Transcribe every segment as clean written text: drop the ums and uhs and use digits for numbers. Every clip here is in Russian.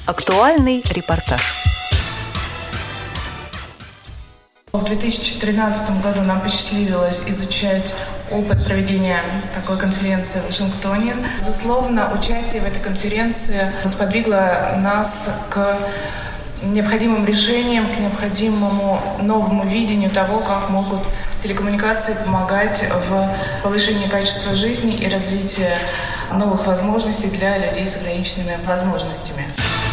Актуальный репортаж. В 2013 году нам посчастливилось изучать опыт проведения такой конференции в Вашингтоне. Безусловно, участие в этой конференции сподвигло нас к необходимым решениям, к необходимому новому видению того, как могут телекоммуникации помогать в повышении качества жизни и развитии новых возможностей для людей с ограниченными возможностями.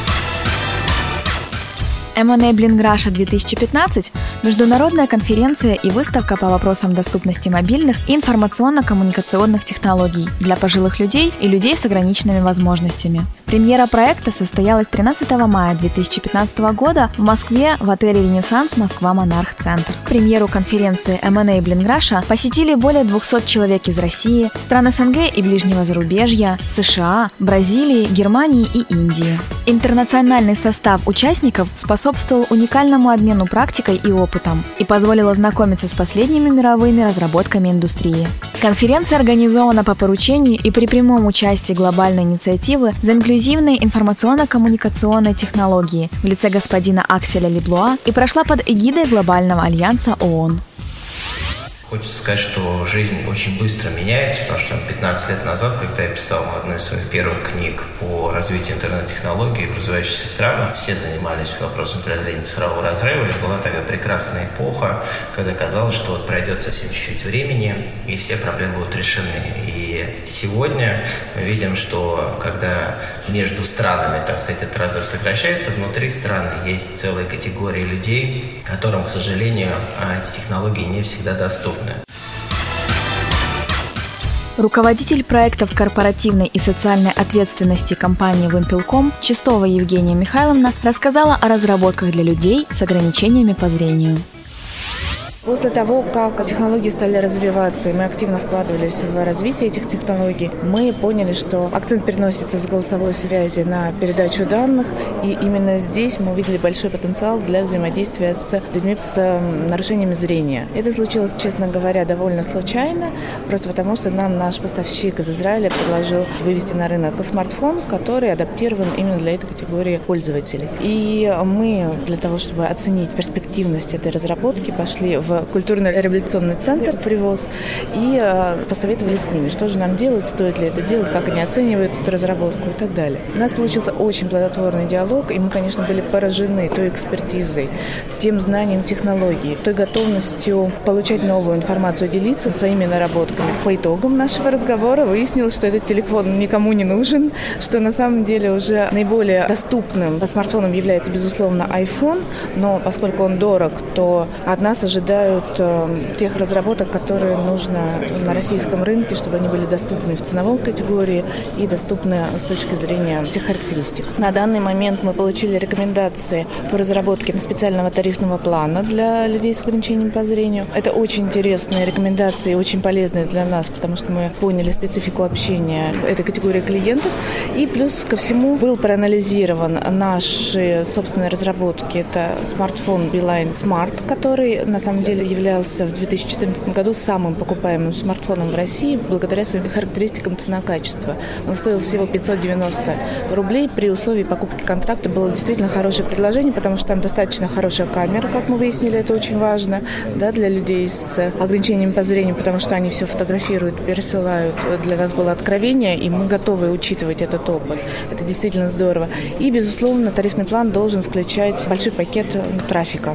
Enabling Russia 2015 – международная конференция и выставка по вопросам доступности мобильных и информационно-коммуникационных технологий для пожилых людей и людей с ограниченными возможностями. Премьера проекта состоялась 13 мая 2015 года в Москве в отеле «Ренессанс Москва Монарх Центр». Премьеру конференции Enabling Russia посетили более 200 человек из России, стран СНГ и ближнего зарубежья, США, Бразилии, Германии и Индии. Интернациональный состав участников способствовал уникальному обмену практикой и опытом и позволил ознакомиться с последними мировыми разработками индустрии. Конференция организована по поручению и при прямом участии глобальной инициативы за инклюзивные информационно-коммуникационные технологии в лице господина Акселя Леблуа и прошла под эгидой Глобального альянса ООН. Хочется сказать, что жизнь очень быстро меняется, потому что 15 лет назад, когда я писал одну из своих первых книг по развитию интернет-технологий в развивающихся странах, все занимались вопросом преодоления цифрового разрыва, и была такая прекрасная эпоха, когда казалось, что вот пройдет совсем чуть-чуть времени, и все проблемы будут решены. И сегодня мы видим, что когда между странами, так сказать, этот разрыв сокращается, внутри страны есть целые категории людей, которым, к сожалению, эти технологии не всегда доступны. Руководитель проектов корпоративной и социальной ответственности компании Wimpel.com Чистова Евгения Михайловна рассказала о разработках для людей с ограничениями по зрению. После того, как технологии стали развиваться, и мы активно вкладывались в развитие этих технологий, мы поняли, что акцент переносится с голосовой связи на передачу данных, и именно здесь мы увидели большой потенциал для взаимодействия с людьми с нарушениями зрения. Это случилось, честно говоря, довольно случайно, просто потому что нам наш поставщик из Израиля предложил вывести на рынок смартфон, который адаптирован именно для этой категории пользователей. И мы для того, чтобы оценить перспективность этой разработки, пошли в культурно-реабилитационный центр «Привоз» и посоветовали с ними, что же нам делать, стоит ли это делать, как они оценивают эту разработку и так далее. У нас получился очень плодотворный диалог, и мы, конечно, были поражены той экспертизой, тем знанием технологий, той готовностью получать новую информацию, делиться своими наработками. По итогам нашего разговора выяснилось, что этот телефон никому не нужен, что на самом деле уже наиболее доступным смартфоном является, безусловно, iPhone, но поскольку он дорог, то от нас ожидают тех разработок, которые нужно на российском рынке, чтобы они были доступны в ценовой категории и доступны с точки зрения всех характеристик. На данный момент мы получили рекомендации по разработке специального тарифного плана для людей с ограничением по зрению. Это очень интересные рекомендации, очень полезные для нас, потому что мы поняли специфику общения этой категории клиентов. И плюс ко всему был проанализирован наши собственные разработки. Это смартфон Beeline Smart, который на самом деле являлся в 2014 году самым покупаемым смартфоном в России благодаря своим характеристикам цена-качество. Он стоил всего 590 рублей. При условии покупки контракта было действительно хорошее предложение, потому что там достаточно хорошая камера, как мы выяснили, это очень важно, да, для людей с ограничением по зрению, потому что они все фотографируют, пересылают. Для нас было откровение, и мы готовы учитывать этот опыт. Это действительно здорово. И, безусловно, тарифный план должен включать большой пакет трафика.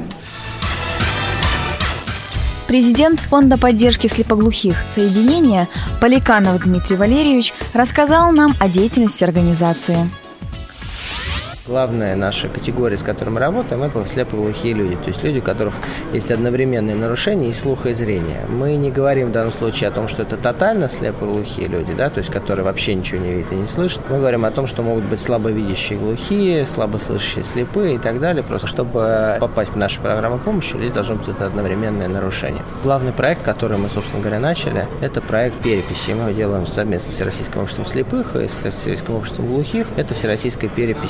Президент Фонда поддержки слепоглухих «Соединение» Поликанов Дмитрий Валерьевич рассказал нам о деятельности организации. Главная наша категория, с которой мы работаем, это слепоглухие люди. То есть люди, у которых есть одновременные нарушения и слуха, и зрения. Мы не говорим в данном случае о том, что это тотально слепоглухие люди, да, то есть которые вообще ничего не видят и не слышат. Мы говорим о том, что могут быть слабовидящие глухие, слабослышащие слепые и так далее. Просто чтобы попасть в нашу программу помощи, у людей должно быть это одновременное нарушение. Главный проект, который мы, собственно говоря, начали, это проект переписи. Мы его делаем совместно с Всероссийским обществом слепых и с Всероссийским обществом глухих. Это всероссийская перепись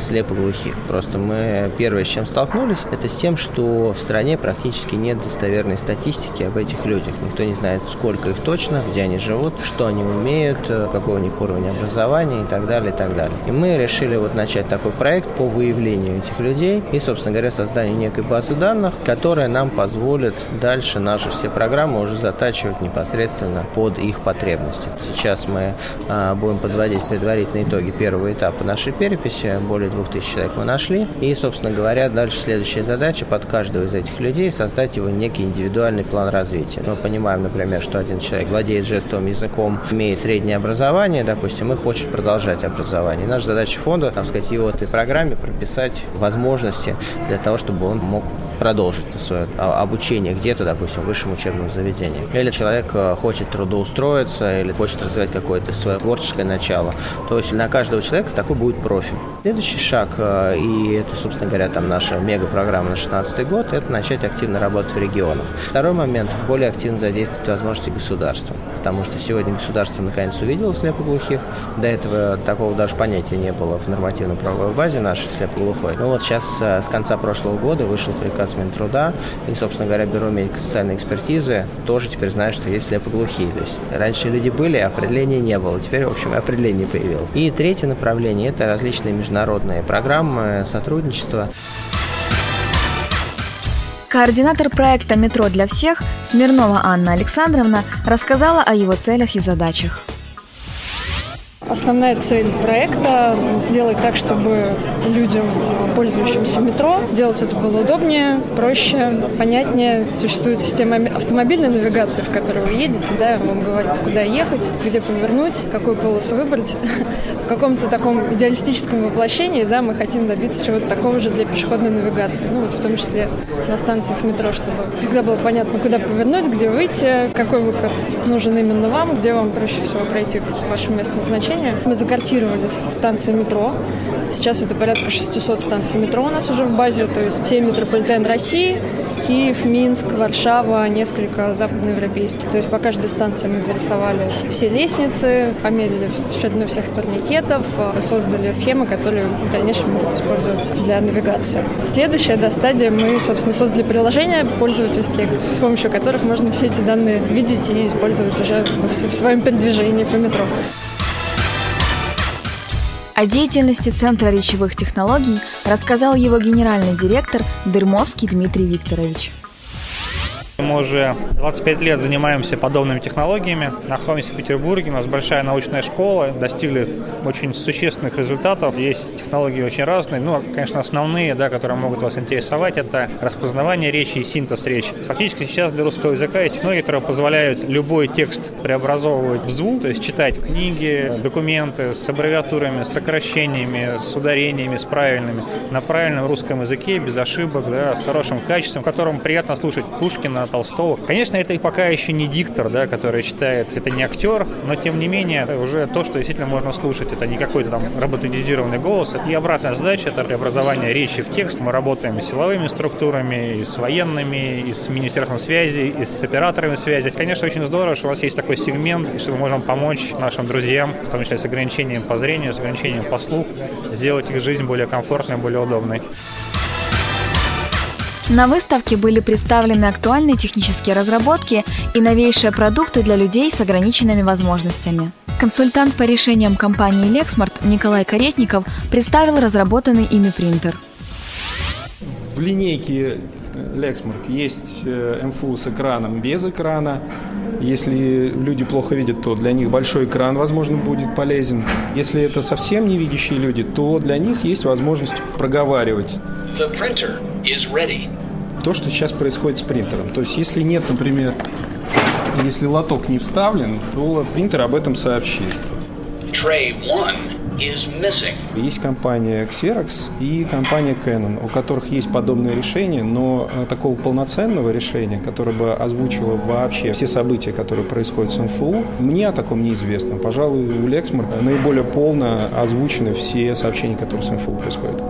слепоглухих. Просто мы первое, с чем столкнулись, это с тем, что в стране практически нет достоверной статистики об этих людях. Никто не знает, сколько их точно, где они живут, что они умеют, какой у них уровень образования и так далее, и так далее. И мы решили начать такой проект по выявлению этих людей и, собственно говоря, созданию некой базы данных, которая нам позволит дальше наши все программы уже затачивать непосредственно под их потребности. Сейчас мы будем подводить предварительные итоги первого этапа нашей переписи. Более 2000 человек мы нашли. И, собственно говоря, дальше следующая задача под каждого из этих людей создать его некий индивидуальный план развития. Мы понимаем, например, что один человек владеет жестовым языком, имеет среднее образование, допустим, и хочет продолжать образование. И наша задача фонда, его в этой программе прописать возможности для того, чтобы он мог продолжить свое обучение где-то, допустим, в высшем учебном заведении. Или человек хочет трудоустроиться, или хочет развивать какое-то свое творческое начало. То есть на каждого человека такой будет профиль. Следующий шаг, и это, собственно говоря, наша мегапрограмма на 2016 год, это начать активно работать в регионах. Второй момент, более активно задействовать возможности государства. Потому что сегодня государство наконец увидело слепоглухих. До этого такого даже понятия не было в нормативно-правовой базе нашей слепоглухой. Но сейчас с конца прошлого года вышел приказ Минтруда, и, собственно говоря, Бюро медико-социальной экспертизы тоже теперь знает, что есть слепоглухие. То есть раньше люди были, а определения не было. Теперь, в общем, определение появилось. И третье направление – это различные международные программы сотрудничества. Координатор проекта «Метро для всех» Смирнова Анна Александровна рассказала о его целях и задачах. Основная цель проекта – сделать так, чтобы людям, пользующимся метро, делать это было удобнее, проще, понятнее. Существует система автомобильной навигации, в которой вы едете, вам говорят, куда ехать, где повернуть, какую полосу выбрать. В каком-то таком идеалистическом воплощении, мы хотим добиться чего-то такого же для пешеходной навигации. В том числе на станциях метро, чтобы всегда было понятно, куда повернуть, где выйти, какой выход нужен именно вам, где вам проще всего пройти к вашему месту назначения. Мы закартировали станции метро. Сейчас это порядка 600 станций метро у нас уже в базе, то есть все метрополитены России, Киев, Минск, Варшава, несколько западноевропейских. То есть по каждой станции мы зарисовали все лестницы, померили ширину всех турникетов, создали схемы, которые в дальнейшем могут использоваться для навигации. Следующая стадия, мы, собственно, создали приложения пользовательские, с помощью которых можно все эти данные видеть и использовать уже в своем передвижении по метро. О деятельности Центра речевых технологий рассказал его генеральный директор Дырмовский Дмитрий Викторович. Мы уже 25 лет занимаемся подобными технологиями. Находимся в Петербурге, у нас большая научная школа, достигли очень существенных результатов. Есть технологии очень разные, конечно, основные, которые могут вас интересовать, это распознавание речи и синтез речи. Фактически сейчас для русского языка есть технологии, которые позволяют любой текст преобразовывать в звук, то есть читать книги, документы с аббревиатурами, с сокращениями, с ударениями, с правильными, на правильном русском языке, без ошибок, с хорошим качеством, в котором приятно слушать Пушкина, Толстого. Конечно, это пока еще не диктор, который читает, это не актер, но тем не менее это уже то, что действительно можно слушать. Это не какой-то роботизированный голос. И обратная задача – это преобразование речи в текст. Мы работаем с силовыми структурами, и с военными, и с Министерством связи, и с операторами связи. Конечно, очень здорово, что у вас есть такой сегмент, и что мы можем помочь нашим друзьям, в том числе с ограничением по зрению, с ограничением по слуху, сделать их жизнь более комфортной, более удобной. На выставке были представлены актуальные технические разработки и новейшие продукты для людей с ограниченными возможностями. Консультант по решениям компании Lexmark Николай Каретников представил разработанный ими принтер. В линейке Lexmark есть МФУ с экраном, без экрана. Если люди плохо видят, то для них большой экран, возможно, будет полезен. Если это совсем невидящие люди, то для них есть возможность проговаривать то, что сейчас происходит с принтером. То есть, если нет, например, если лоток не вставлен, то принтер об этом сообщит. Есть компания Xerox и компания Canon, у которых есть подобные решения, но такого полноценного решения, которое бы озвучило вообще все события, которые происходят с МФУ, мне о таком неизвестно. Пожалуй, у Lexmark наиболее полно озвучены все сообщения, которые с МФУ происходят.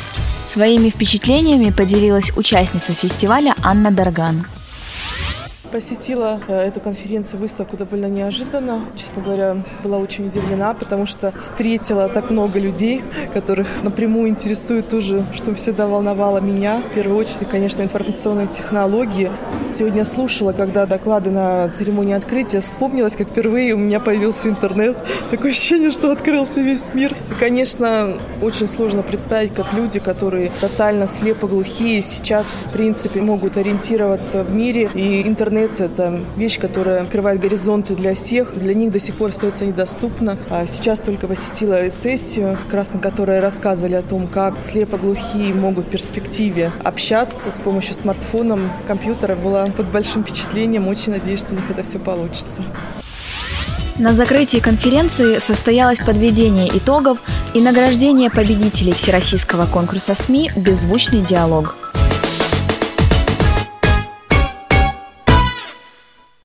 Своими впечатлениями поделилась участница фестиваля Анна Дарган. Посетила эту конференцию, выставку довольно неожиданно. Честно говоря, была очень удивлена, потому что встретила так много людей, которых напрямую интересует тоже, что всегда волновало меня. В первую очередь, конечно, информационные технологии. Сегодня слушала, когда доклады на церемонии открытия, вспомнилось, как впервые у меня появился интернет. Такое ощущение, что открылся весь мир. И, конечно, очень сложно представить, как люди, которые тотально слепоглухие, сейчас, в принципе, могут ориентироваться в мире. И интернет — это вещь, которая открывает горизонты для всех. Для них до сих пор остается недоступна. А сейчас только посетила сессию, как раз на которой рассказывали о том, как слепоглухие могут в перспективе общаться с помощью смартфона, компьютера. Была под большим впечатлением. Очень надеюсь, что у них это все получится. На закрытии конференции состоялось подведение итогов и награждение победителей Всероссийского конкурса СМИ «Беззвучный диалог».